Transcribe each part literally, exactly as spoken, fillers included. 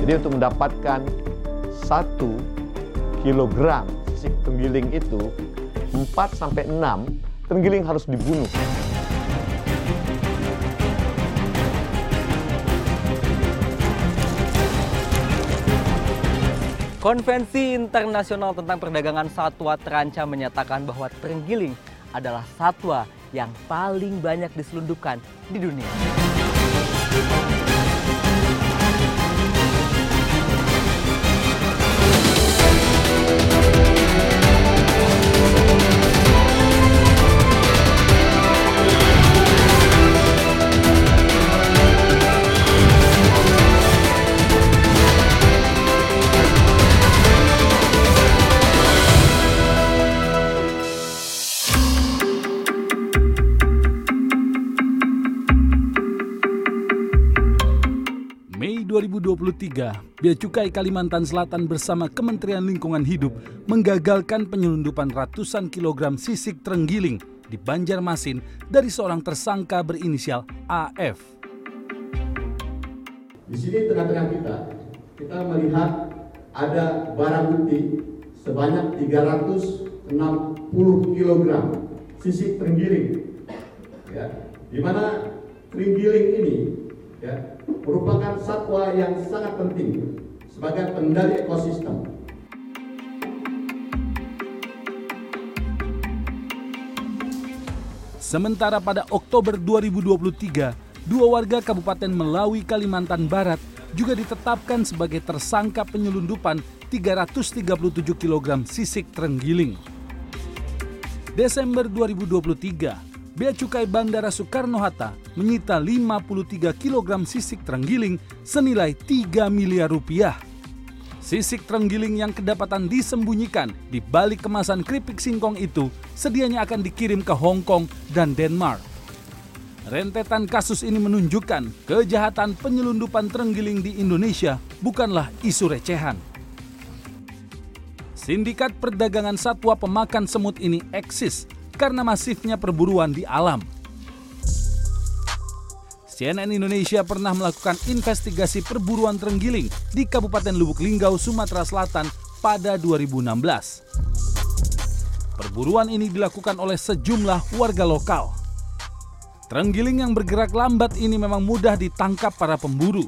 Jadi untuk mendapatkan satu kilogram sisik terenggiling itu empat sampai enam terenggiling harus dibunuh. Konvensi Internasional tentang Perdagangan Satwa terancam menyatakan bahwa terenggiling adalah satwa yang paling banyak diselundupkan di dunia. dua ribu dua puluh tiga, Bea Cukai Kalimantan Selatan bersama Kementerian Lingkungan Hidup menggagalkan penyelundupan ratusan kilogram sisik terenggiling di Banjarmasin dari seorang tersangka berinisial A F. Di sini tengah-tengah kita, kita melihat ada barang bukti sebanyak tiga ratus enam puluh kilogram sisik terenggiling, ya, di mana terenggiling ini, ya, merupakan satwa yang sangat penting sebagai pengendali ekosistem. Sementara pada Oktober dua ribu dua puluh tiga, dua warga Kabupaten Melawi, Kalimantan Barat juga ditetapkan sebagai tersangka penyelundupan tiga ratus tiga puluh tujuh kilogram sisik terenggiling. Desember dua ribu dua puluh tiga, Bea Cukai Bandara Soekarno-Hatta menyita lima puluh tiga kilogram sisik terenggiling senilai tiga miliar rupiah. Sisik terenggiling yang kedapatan disembunyikan di balik kemasan keripik singkong itu sedianya akan dikirim ke Hong Kong dan Denmark. Rentetan kasus ini menunjukkan kejahatan penyelundupan terenggiling di Indonesia bukanlah isu recehan. Sindikat perdagangan satwa pemakan semut ini eksis karena masifnya perburuan di alam. C N N Indonesia pernah melakukan investigasi perburuan terenggiling di Kabupaten Lubuk Linggau, Sumatera Selatan pada dua ribu enam belas. Perburuan ini dilakukan oleh sejumlah warga lokal. Terenggiling yang bergerak lambat ini memang mudah ditangkap para pemburu.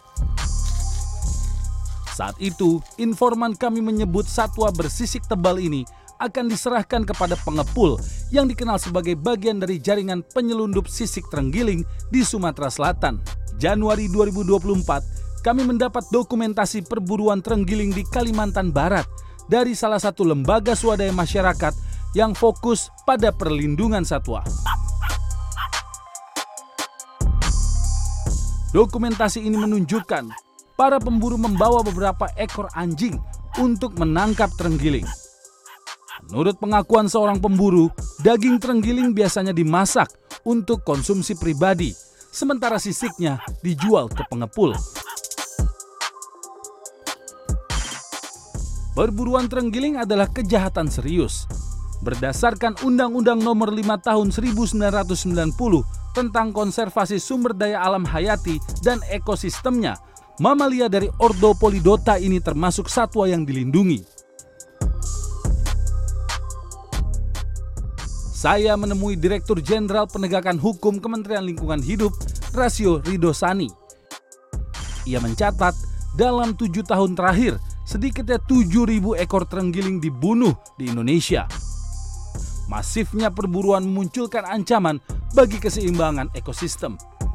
Saat itu, informan kami menyebut satwa bersisik tebal ini akan diserahkan kepada pengepul yang dikenal sebagai bagian dari jaringan penyelundup sisik terenggiling di Sumatera Selatan. Januari dua ribu dua puluh empat, kami mendapat dokumentasi perburuan terenggiling di Kalimantan Barat dari salah satu lembaga swadaya masyarakat yang fokus pada perlindungan satwa. Dokumentasi ini menunjukkan para pemburu membawa beberapa ekor anjing untuk menangkap terenggiling. Menurut pengakuan seorang pemburu, daging terenggiling biasanya dimasak untuk konsumsi pribadi, sementara sisiknya dijual ke pengepul. Perburuan terenggiling adalah kejahatan serius. Berdasarkan Undang-Undang Nomor lima Tahun seribu sembilan ratus sembilan puluh tentang konservasi sumber daya alam hayati dan ekosistemnya, mamalia dari ordo Polydota ini termasuk satwa yang dilindungi. Saya menemui Direktur Jenderal Penegakan Hukum Kementerian Lingkungan Hidup, Rasio Ridosani. Ia mencatat dalam tujuh tahun terakhir, sedikitnya tujuh ribu ekor terenggiling dibunuh di Indonesia. Masifnya perburuan memunculkan ancaman bagi keseimbangan ekosistem.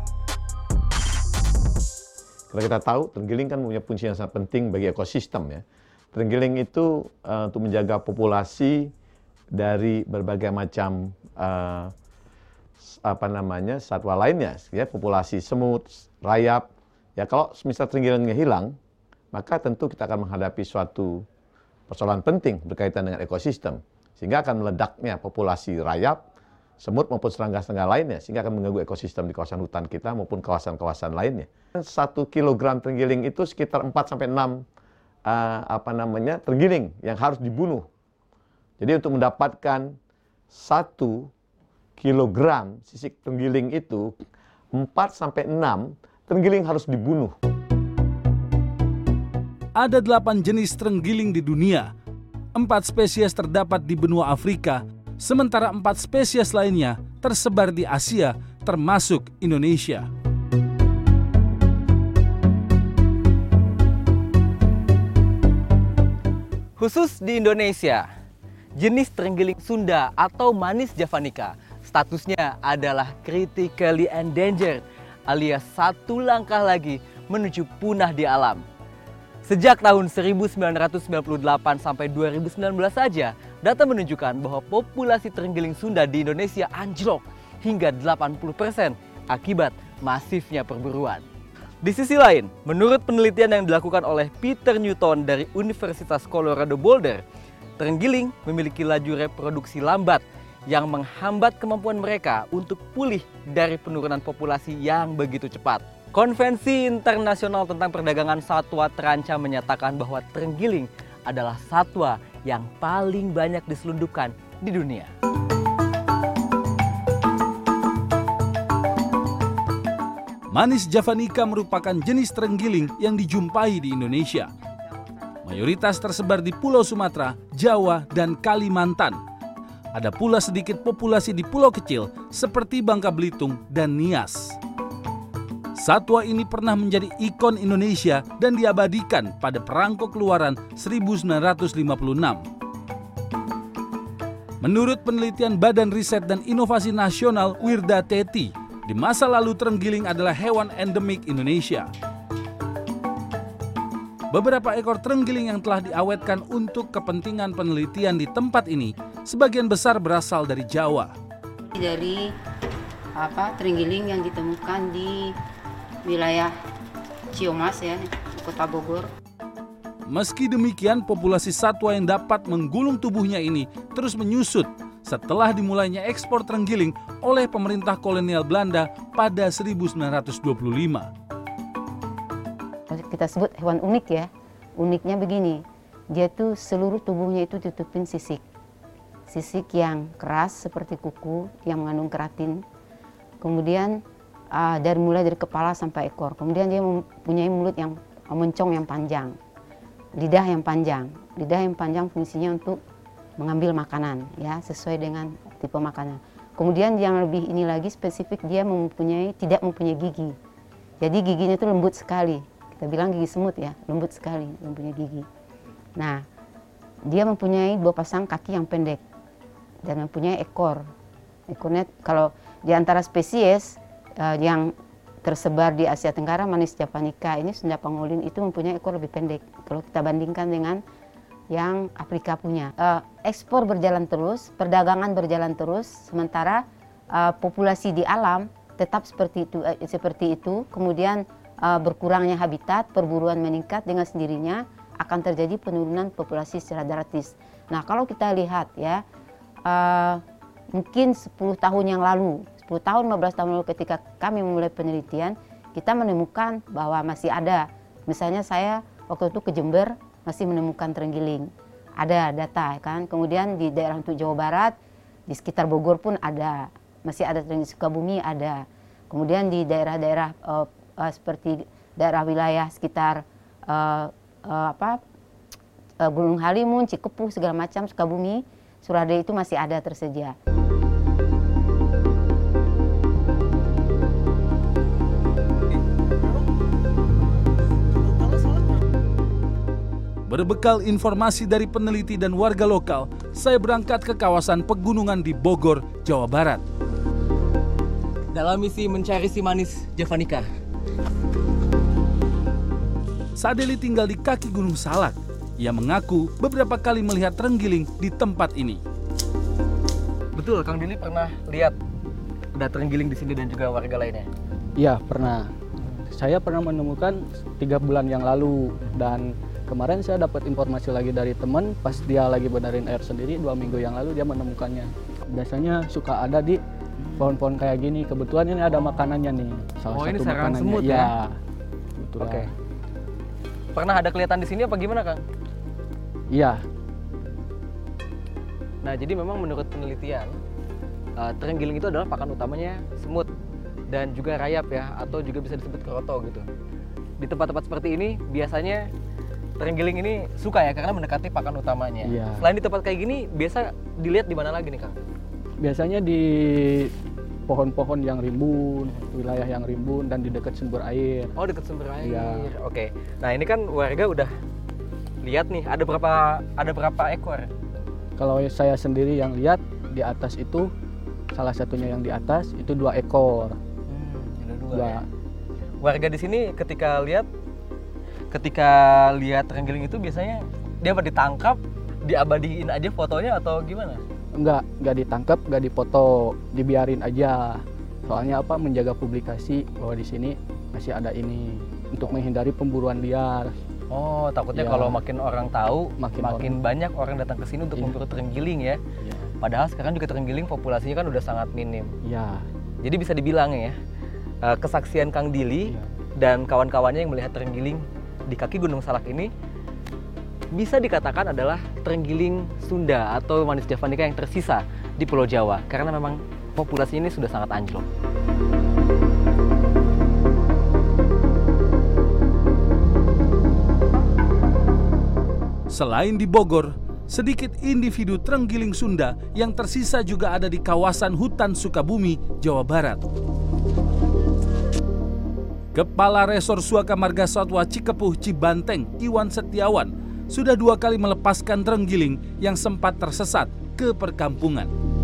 Kalau kita tahu, terenggiling kan punya fungsi yang sangat penting bagi ekosistem, ya. Terenggiling itu uh, untuk menjaga populasi dari berbagai macam uh, apa namanya satwa lainnya, ya, populasi semut, rayap. Ya, kalau misal terenggiling hilang, maka tentu kita akan menghadapi suatu persoalan penting berkaitan dengan ekosistem, sehingga akan meledaknya populasi rayap, semut maupun serangga-serangga lainnya, sehingga akan mengganggu ekosistem di kawasan hutan kita maupun kawasan-kawasan lainnya. Satu kilogram terenggiling itu sekitar empat sampai enam uh, apa namanya terenggiling yang harus dibunuh. Jadi untuk mendapatkan satu kilogram sisik terenggiling itu, empat sampai enam terenggiling harus dibunuh. Ada delapan jenis terenggiling di dunia. Empat spesies terdapat di benua Afrika, sementara empat spesies lainnya tersebar di Asia, termasuk Indonesia. Khusus di Indonesia, jenis terenggiling Sunda atau manis javanica statusnya adalah critically endangered alias satu langkah lagi menuju punah di alam. Sejak tahun seribu sembilan ratus sembilan puluh delapan sampai dua ribu sembilan belas saja, data menunjukkan bahwa populasi terenggiling Sunda di Indonesia anjlok hingga delapan puluh persen akibat masifnya perburuan. Di sisi lain, menurut penelitian yang dilakukan oleh Peter Newton dari Universitas Colorado Boulder, terenggiling memiliki laju reproduksi lambat yang menghambat kemampuan mereka untuk pulih dari penurunan populasi yang begitu cepat. Konvensi Internasional tentang Perdagangan Satwa Terancam menyatakan bahwa terenggiling adalah satwa yang paling banyak diselundupkan di dunia. Manis javanica merupakan jenis terenggiling yang dijumpai di Indonesia. Mayoritas tersebar di Pulau Sumatera, Jawa, dan Kalimantan. Ada pula sedikit populasi di pulau kecil seperti Bangka Belitung dan Nias. Satwa ini pernah menjadi ikon Indonesia dan diabadikan pada Perangko Keluaran seribu sembilan ratus lima puluh enam. Menurut penelitian Badan Riset dan Inovasi Nasional Wirda Teti, di masa lalu terenggiling adalah hewan endemik Indonesia. Beberapa ekor terenggiling yang telah diawetkan untuk kepentingan penelitian di tempat ini, sebagian besar berasal dari Jawa. Dari apa terenggiling yang ditemukan di wilayah Ciomas ya, Kota Bogor. Meski demikian, populasi satwa yang dapat menggulung tubuhnya ini terus menyusut setelah dimulainya ekspor terenggiling oleh pemerintah kolonial Belanda pada seribu sembilan ratus dua puluh lima. Kita sebut hewan unik ya. Uniknya begini, dia tuh seluruh tubuhnya itu ditutupin sisik. Sisik yang keras seperti kuku yang mengandung keratin. Kemudian uh, dari mulai dari kepala sampai ekor. Kemudian dia mempunyai mulut yang mencong yang panjang. Lidah yang panjang. Lidah yang panjang fungsinya untuk mengambil makanan ya, sesuai dengan tipe makanan. Kemudian yang lebih ini lagi spesifik, dia mempunyai tidak mempunyai gigi. Jadi giginya itu lembut sekali. Kita bilang gigi semut ya, lembut sekali mempunyai gigi. Nah, dia mempunyai dua pasang kaki yang pendek dan mempunyai ekor. Ekornya kalau di antara spesies uh, yang tersebar di Asia Tenggara, manis javanica ini, Sunda pangolin itu mempunyai ekor lebih pendek. Kalau kita bandingkan dengan yang Afrika punya. Uh, ekspor berjalan terus, perdagangan berjalan terus, sementara uh, populasi di alam tetap seperti itu. Uh, seperti itu. Kemudian uh, berkurangnya habitat, perburuan meningkat dengan sendirinya, akan terjadi penurunan populasi secara drastis. Nah, kalau kita lihat ya, uh, mungkin sepuluh tahun yang lalu, sepuluh tahun, lima belas tahun lalu ketika kami memulai penelitian, kita menemukan bahwa masih ada. Misalnya saya waktu itu ke Jember masih menemukan terenggiling. Ada data kan. Kemudian di daerah untuk Jawa Barat, di sekitar Bogor pun ada. Masih ada terenggiling, Sukabumi ada. Kemudian di daerah-daerah uh, uh, seperti daerah wilayah sekitar uh, uh, apa uh, Gunung Halimun, Cikepuh segala macam, Sukabumi, Surada itu masih ada tersedia. Berbekal informasi dari peneliti dan warga lokal, saya berangkat ke kawasan pegunungan di Bogor, Jawa Barat. Dalam misi mencari si manis javanica. Sadeli tinggal di kaki Gunung Salak. Ia mengaku beberapa kali melihat terenggiling di tempat ini. Betul, Kang Dili pernah lihat ada terenggiling di sini dan juga warga lainnya? Iya, pernah. Saya pernah menemukan tiga bulan yang lalu, dan kemarin saya dapat informasi lagi dari teman pas dia lagi benerin air sendiri dua minggu yang lalu dia menemukannya. Biasanya suka ada di pohon-pohon kayak gini. Kebetulan ini ada makanannya nih. Salah oh, satu ini sarang makanannya. semut ya. ya? Oke. Okay. Pernah ada kelihatan di sini apa gimana, Kang? Iya. Nah, jadi memang menurut penelitian, uh, terenggiling itu adalah pakan utamanya semut dan juga rayap ya, atau juga bisa disebut keroto gitu. Di tempat-tempat seperti ini biasanya terenggiling ini suka ya karena mendekati pakan utamanya. Iya. Selain di tempat kayak gini, biasa dilihat di mana lagi nih Kang? Biasanya di pohon-pohon yang rimbun, wilayah yang rimbun dan di dekat sumber air. Oh, dekat sumber air. Iya. Oke. Nah, ini kan warga udah lihat nih, ada berapa ada berapa ekor? Kalau saya sendiri yang lihat di atas itu, salah satunya yang di atas itu dua ekor. Hmm, ada dua. Dua. Ya. Warga di sini ketika lihat ketika lihat terenggiling itu biasanya dia apa ditangkap, diabadiin aja fotonya atau gimana? Enggak, enggak ditangkap, enggak dipoto, dibiarin aja. Soalnya apa? Menjaga publikasi bahwa di sini masih ada ini untuk menghindari pemburuan liar. Oh, takutnya Ya. kalau makin orang tahu, Makin makin, banyak orang datang ke sini untuk Iya. memburu terenggiling ya. Ya. Padahal sekarang juga terenggiling populasinya kan udah sangat minim. Ya. Jadi bisa dibilang ya, eh, kesaksian Kang Dili Ya. dan kawan-kawannya yang melihat terenggiling di kaki Gunung Salak ini bisa dikatakan adalah terenggiling Sunda atau manis javanica yang tersisa di Pulau Jawa karena memang populasi ini sudah sangat anjlok. Selain di Bogor, sedikit individu terenggiling Sunda yang tersisa juga ada di kawasan hutan Sukabumi, Jawa Barat. Kepala Resor Suaka Marga Satwa Cikepuh Cibanteng, Iwan Setiawan, sudah dua kali melepaskan terenggiling yang sempat tersesat ke perkampungan.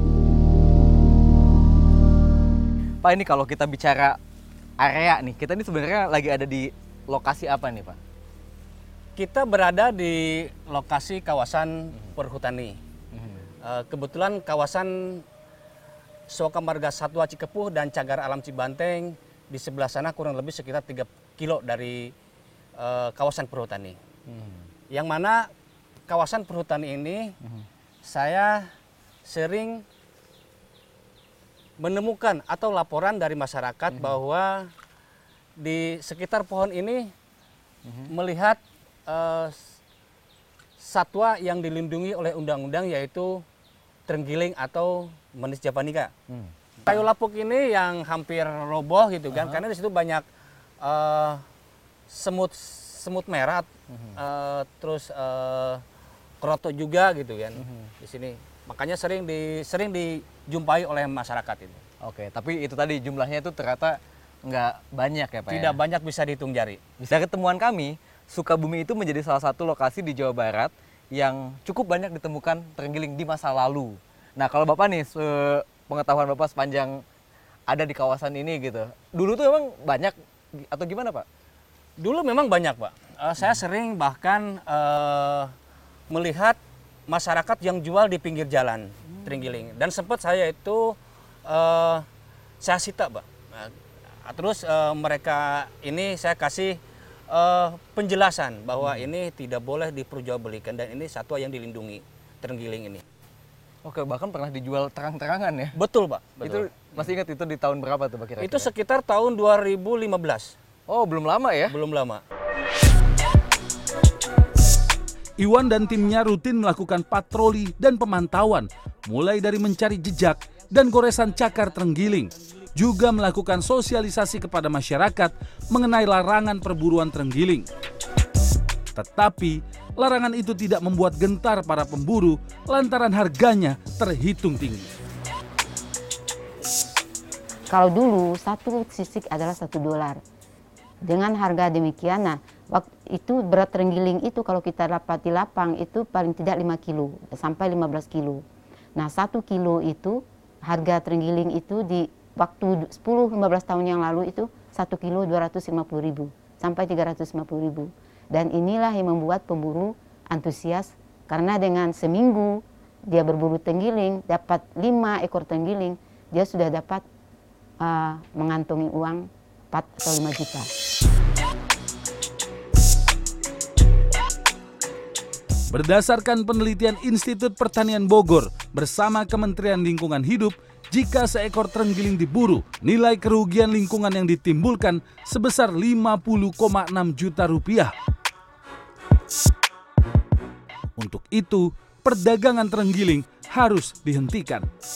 Pak, ini kalau kita bicara area nih, kita ini sebenarnya lagi ada di lokasi apa nih Pak? Kita berada di lokasi kawasan perhutani. Eh, Kebetulan kawasan Suaka Marga Satwa Cikepuh dan Cagar Alam Cibanteng di sebelah sana kurang lebih sekitar tiga kilo dari eh, kawasan perhutani. Yang mana kawasan perhutani ini saya sering menemukan atau laporan dari masyarakat bahwa di sekitar pohon ini melihat eh, satwa yang dilindungi oleh undang-undang yaitu terenggiling atau manis javanica. Kayu lapuk ini yang hampir roboh gitu kan, karena di situ banyak eh, semut semut merah, eh, terus eh, kroto juga gitu kan di sini. Makanya sering di sering dijumpai oleh masyarakat itu. Oke, tapi itu tadi jumlahnya itu ternyata nggak banyak ya Pak ya? Tidak banyak bisa dihitung jari. Bisa ketemuan kami, Sukabumi itu menjadi salah satu lokasi di Jawa Barat yang cukup banyak ditemukan terenggiling di masa lalu. Nah, kalau Bapak nih, pengetahuan Bapak sepanjang ada di kawasan ini gitu, dulu tuh emang banyak atau gimana Pak? Dulu memang banyak Pak. Eh, saya sering bahkan eh, melihat masyarakat yang jual di pinggir jalan terenggiling. Dan sempat saya itu eh, saya sita Pak. Nah, terus eh, mereka ini saya kasih eh, penjelasan bahwa ini tidak boleh diperjualbelikan dan ini satwa yang dilindungi, terenggiling ini. Oke, bahkan pernah dijual terang-terangan ya? Betul Pak. Itu Betul. masih ingat itu di tahun berapa tuh Pak kira-kira? Itu sekitar tahun dua ribu lima belas. Oh, belum lama ya? Belum lama. Iwan dan timnya rutin melakukan patroli dan pemantauan, mulai dari mencari jejak dan goresan cakar terenggiling, juga melakukan sosialisasi kepada masyarakat mengenai larangan perburuan terenggiling. Tetapi, larangan itu tidak membuat gentar para pemburu lantaran harganya terhitung tinggi. Kalau dulu satu sisik adalah satu dolar. Dengan harga demikian, nah waktu itu berat terenggiling itu kalau kita dapat di lapang itu paling tidak lima kilo sampai lima belas kilo. Nah satu kilo itu harga terenggiling itu di waktu sepuluh sampai lima belas tahun yang lalu itu satu kilo dua ratus lima puluh ribu sampai tiga ratus lima puluh ribu. Dan inilah yang membuat pemburu antusias karena dengan seminggu dia berburu terenggiling dapat lima ekor terenggiling, dia sudah dapat uh, mengantongi uang empat atau lima juta. Berdasarkan penelitian Institut Pertanian Bogor bersama Kementerian Lingkungan Hidup, jika seekor terenggiling diburu, nilai kerugian lingkungan yang ditimbulkan sebesar lima puluh koma enam juta rupiah. Untuk itu, perdagangan terenggiling harus dihentikan.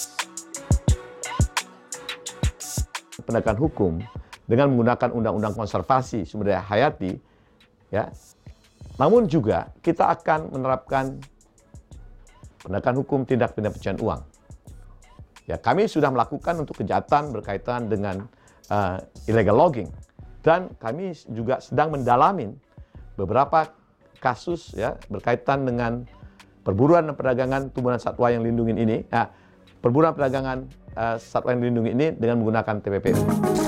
Penegakan hukum dengan menggunakan undang-undang konservasi sumber daya hayati, ya, Namun juga kita akan menerapkan penegakan hukum tindak pidana pencucian uang. Ya, kami sudah melakukan untuk kejahatan berkaitan dengan uh, illegal logging, dan kami juga sedang mendalamin beberapa kasus ya berkaitan dengan perburuan dan perdagangan tumbuhan satwa yang dilindungi ini. Nah, perburuan perdagangan uh, satwa yang dilindungi ini dengan menggunakan T P P U.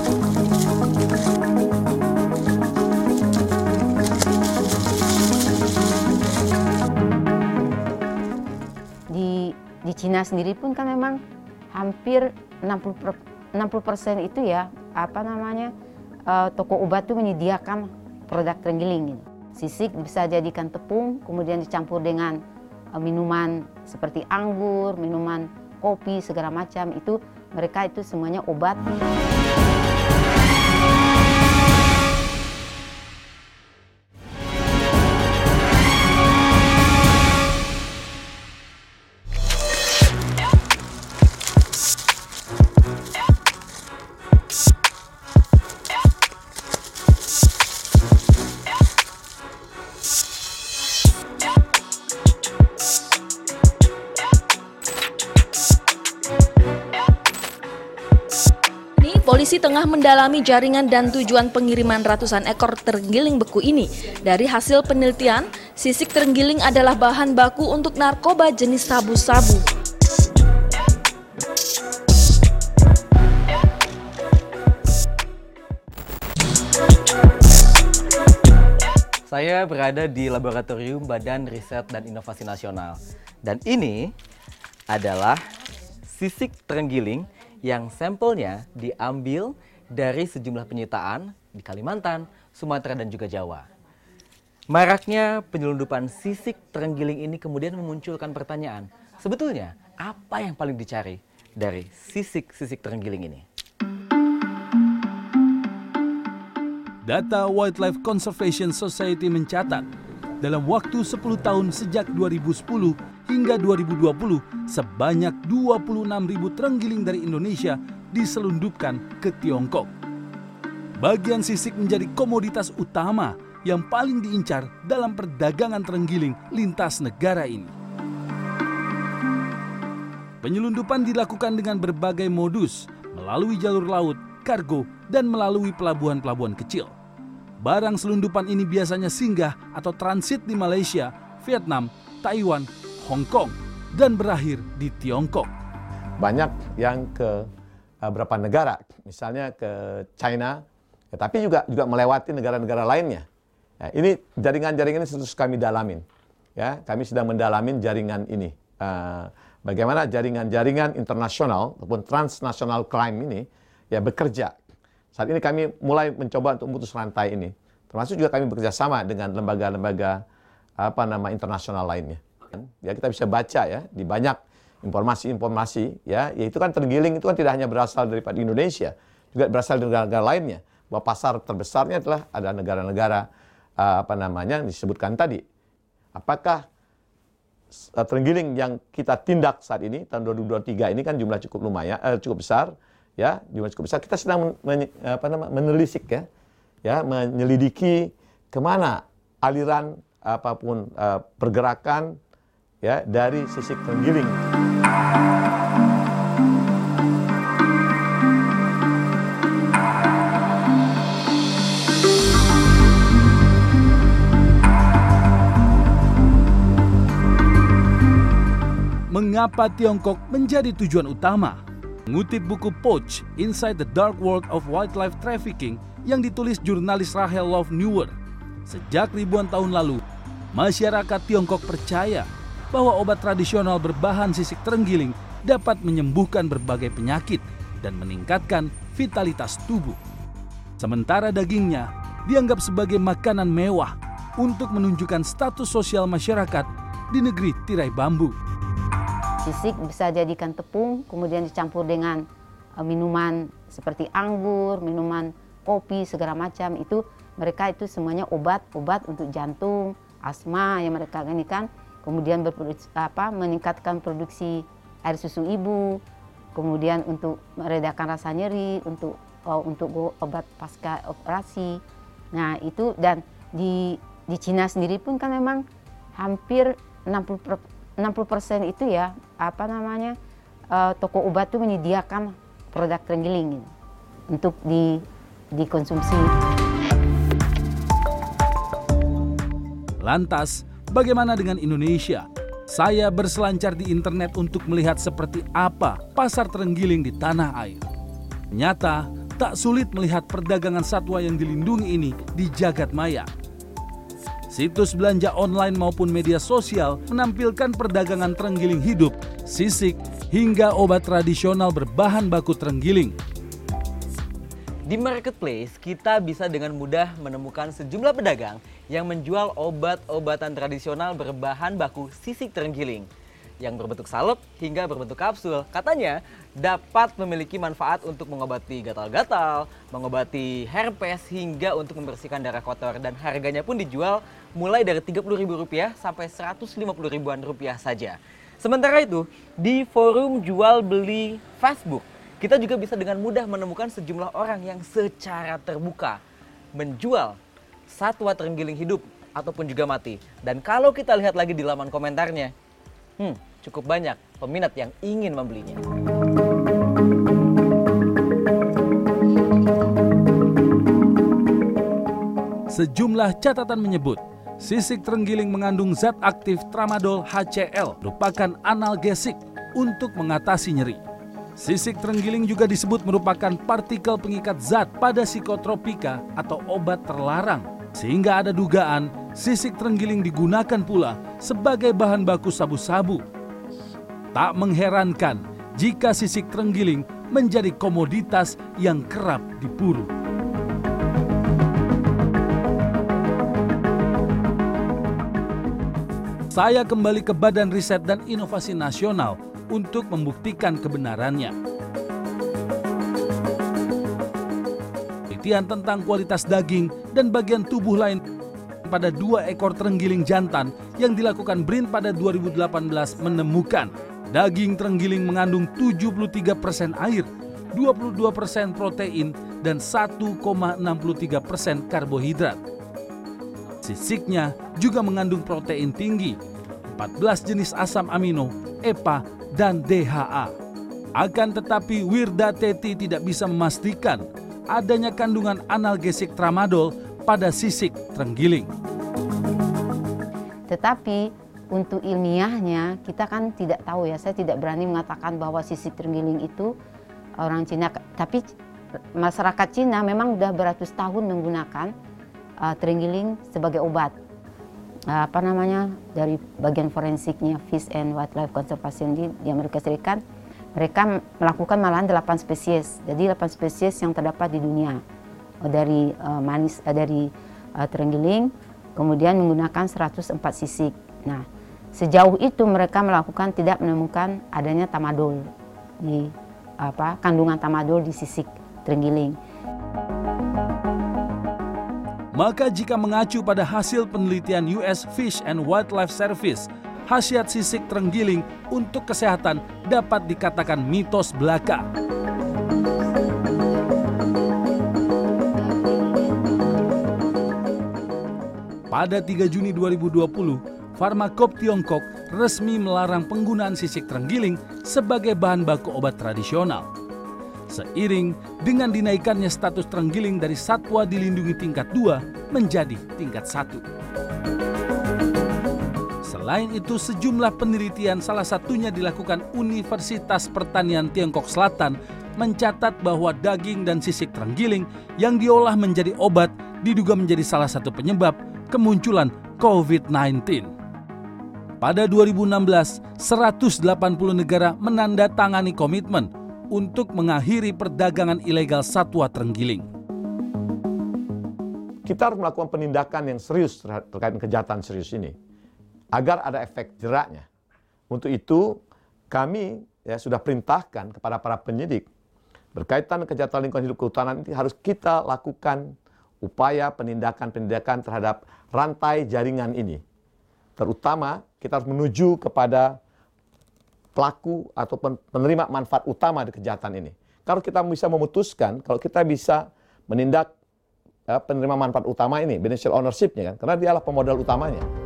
Di di Cina sendiri pun kan memang hampir enam puluh persen itu ya apa namanya uh, toko obat itu menyediakan produk terenggiling gitu. Sisik bisa jadikan tepung, kemudian dicampur dengan uh, minuman seperti anggur, minuman kopi segala macam, itu mereka itu semuanya obat. Polisi tengah mendalami jaringan dan tujuan pengiriman ratusan ekor terenggiling beku ini. Dari hasil penelitian, sisik terenggiling adalah bahan baku untuk narkoba jenis sabu-sabu. Saya berada di Laboratorium Badan Riset dan Inovasi Nasional. Dan ini adalah sisik terenggiling yang sampelnya diambil dari sejumlah penyitaan di Kalimantan, Sumatera, dan juga Jawa. Maraknya penyelundupan sisik terenggiling ini kemudian memunculkan pertanyaan, sebetulnya apa yang paling dicari dari sisik-sisik terenggiling ini? Data Wildlife Conservation Society mencatat, dalam waktu sepuluh tahun sejak dua ribu sepuluh hingga dua ribu dua puluh, sebanyak dua puluh enam ribu terenggiling dari Indonesia diselundupkan ke Tiongkok. Bagian sisik menjadi komoditas utama yang paling diincar dalam perdagangan terenggiling lintas negara ini. Penyelundupan dilakukan dengan berbagai modus, melalui jalur laut, kargo, dan melalui pelabuhan-pelabuhan kecil. Barang selundupan ini biasanya singgah atau transit di Malaysia, Vietnam, Taiwan, Hong Kong, dan berakhir di Tiongkok. Banyak yang ke uh, beberapa negara, misalnya ke China, ya, tapi juga juga melewati negara-negara lainnya. Ya, ini jaringan-jaringan ini terus kami dalamin. Ya, kami sedang mendalamin jaringan ini. Uh, bagaimana jaringan-jaringan internasional ataupun transnational crime ini ya bekerja. Saat ini kami mulai mencoba untuk memutus rantai ini. Termasuk juga kami bekerja sama dengan lembaga-lembaga apa nama internasional lainnya. Ya, kita bisa baca ya di banyak informasi-informasi ya, yaitu kan terenggiling itu kan tidak hanya berasal daripada Indonesia, juga berasal dari negara-negara lainnya. Bahwa pasar terbesarnya adalah ada negara-negara uh, apa namanya yang disebutkan tadi. Apakah uh, terenggiling yang kita tindak saat ini tahun dua ribu dua puluh tiga ini kan jumlah cukup lumayan, uh, cukup besar. Ya, jumlah cukup besar. Kita sedang men, apa nama, menelisik ya, ya, menyelidiki kemana aliran apapun uh, pergerakan ya dari sisik terenggiling. Mengapa Tiongkok menjadi tujuan utama? Mengutip buku Poach, Inside the Dark World of Wildlife Trafficking yang ditulis jurnalis Rachel Love Newer. Sejak ribuan tahun lalu, masyarakat Tiongkok percaya bahwa obat tradisional berbahan sisik terenggiling dapat menyembuhkan berbagai penyakit dan meningkatkan vitalitas tubuh. Sementara dagingnya dianggap sebagai makanan mewah untuk menunjukkan status sosial masyarakat di negeri tirai bambu. Sisik bisa jadikan tepung, kemudian dicampur dengan uh, minuman seperti anggur, minuman kopi, segala macam. Itu mereka itu semuanya obat-obat untuk jantung, asma yang mereka ini kan. Kemudian berproduksi, apa, meningkatkan produksi air susu ibu, kemudian untuk meredakan rasa nyeri, untuk uh, untuk obat pasca operasi. Nah itu dan di di Cina sendiri pun kan memang hampir enam puluh persen itu ya apa namanya uh, toko obat itu menyediakan produk terenggiling gitu, untuk di dikonsumsi. Lantas, bagaimana dengan Indonesia? Saya berselancar di internet untuk melihat seperti apa pasar terenggiling di tanah air. Nyata, tak sulit melihat perdagangan satwa yang dilindungi ini di jagat maya. Situs belanja online maupun media sosial menampilkan perdagangan terenggiling hidup, sisik, hingga obat tradisional berbahan baku terenggiling. Di marketplace, kita bisa dengan mudah menemukan sejumlah pedagang yang menjual obat-obatan tradisional berbahan baku sisik terenggiling yang berbentuk salep hingga berbentuk kapsul. Katanya dapat memiliki manfaat untuk mengobati gatal-gatal, mengobati herpes, hingga untuk membersihkan darah kotor, dan harganya pun dijual mulai dari tiga puluh ribu rupiah sampai seratus lima puluh ribuan rupiah saja. Sementara itu, di forum jual beli Facebook, kita juga bisa dengan mudah menemukan sejumlah orang yang secara terbuka menjual satwa terenggiling hidup ataupun juga mati. Dan kalau kita lihat lagi di laman komentarnya, hmm, cukup banyak peminat yang ingin membelinya. Sejumlah catatan menyebut, sisik terenggiling mengandung zat aktif tramadol H C L, merupakan analgesik untuk mengatasi nyeri. Sisik terenggiling juga disebut merupakan partikel pengikat zat pada psikotropika atau obat terlarang. Sehingga ada dugaan sisik terenggiling digunakan pula sebagai bahan baku sabu-sabu. Tak mengherankan jika sisik terenggiling menjadi komoditas yang kerap diburu. Saya kembali ke Badan Riset dan Inovasi Nasional untuk membuktikan kebenarannya. Penelitian tentang kualitas daging dan bagian tubuh lain pada dua ekor terenggiling jantan yang dilakukan B R I N pada dua ribu delapan belas menemukan daging terenggiling mengandung tujuh puluh tiga persen air, dua puluh dua persen protein, dan satu koma enam tiga persen karbohidrat. Sisiknya juga mengandung protein tinggi, empat belas jenis asam amino, E P A, dan D H A. Akan tetapi Wirda Teti tidak bisa memastikan adanya kandungan analgesik tramadol pada sisik terenggiling. Tetapi untuk ilmiahnya kita kan tidak tahu ya, saya tidak berani mengatakan bahwa sisik terenggiling itu orang Cina, tapi masyarakat Cina memang sudah beratus tahun menggunakan uh, terenggiling sebagai obat. Uh, apa namanya, dari bagian forensiknya Fish and Wildlife Conservation di, di Amerika Serikat, mereka melakukan malahan delapan spesies. Jadi delapan spesies yang terdapat di dunia dari uh, manis uh, dari uh, terenggiling, kemudian menggunakan seratus empat sisik. Nah, sejauh itu mereka melakukan tidak menemukan adanya tramadol di apa kandungan tramadol di sisik terenggiling. Maka jika mengacu pada hasil penelitian U S Fish and Wildlife Service, khasiat sisik terenggiling untuk kesehatan dapat dikatakan mitos belaka. Pada tiga Juni dua ribu dua puluh, Pharmacope Tiongkok resmi melarang penggunaan sisik terenggiling sebagai bahan baku obat tradisional. Seiring dengan dinaikannya status terenggiling dari satwa dilindungi tingkat dua menjadi tingkat satu. Selain itu, sejumlah penelitian, salah satunya dilakukan Universitas Pertanian Tiongkok Selatan, mencatat bahwa daging dan sisik terenggiling yang diolah menjadi obat diduga menjadi salah satu penyebab kemunculan COVID sembilan belas. Pada dua ribu enam belas, seratus delapan puluh negara menandatangani komitmen untuk mengakhiri perdagangan ilegal satwa terenggiling. Kita harus melakukan penindakan yang serius terkait kejahatan serius ini, agar ada efek jeraknya. Untuk itu, kami ya, sudah perintahkan kepada para penyidik berkaitan kejahatan lingkungan hidup kehutanan ini harus kita lakukan upaya penindakan-penindakan terhadap rantai jaringan ini. Terutama kita harus menuju kepada pelaku atau penerima manfaat utama dari kejahatan ini. Kalau kita bisa memutuskan, kalau kita bisa menindak penerima manfaat utama ini, beneficial ownership-nya kan, karena dialah pemodal utamanya.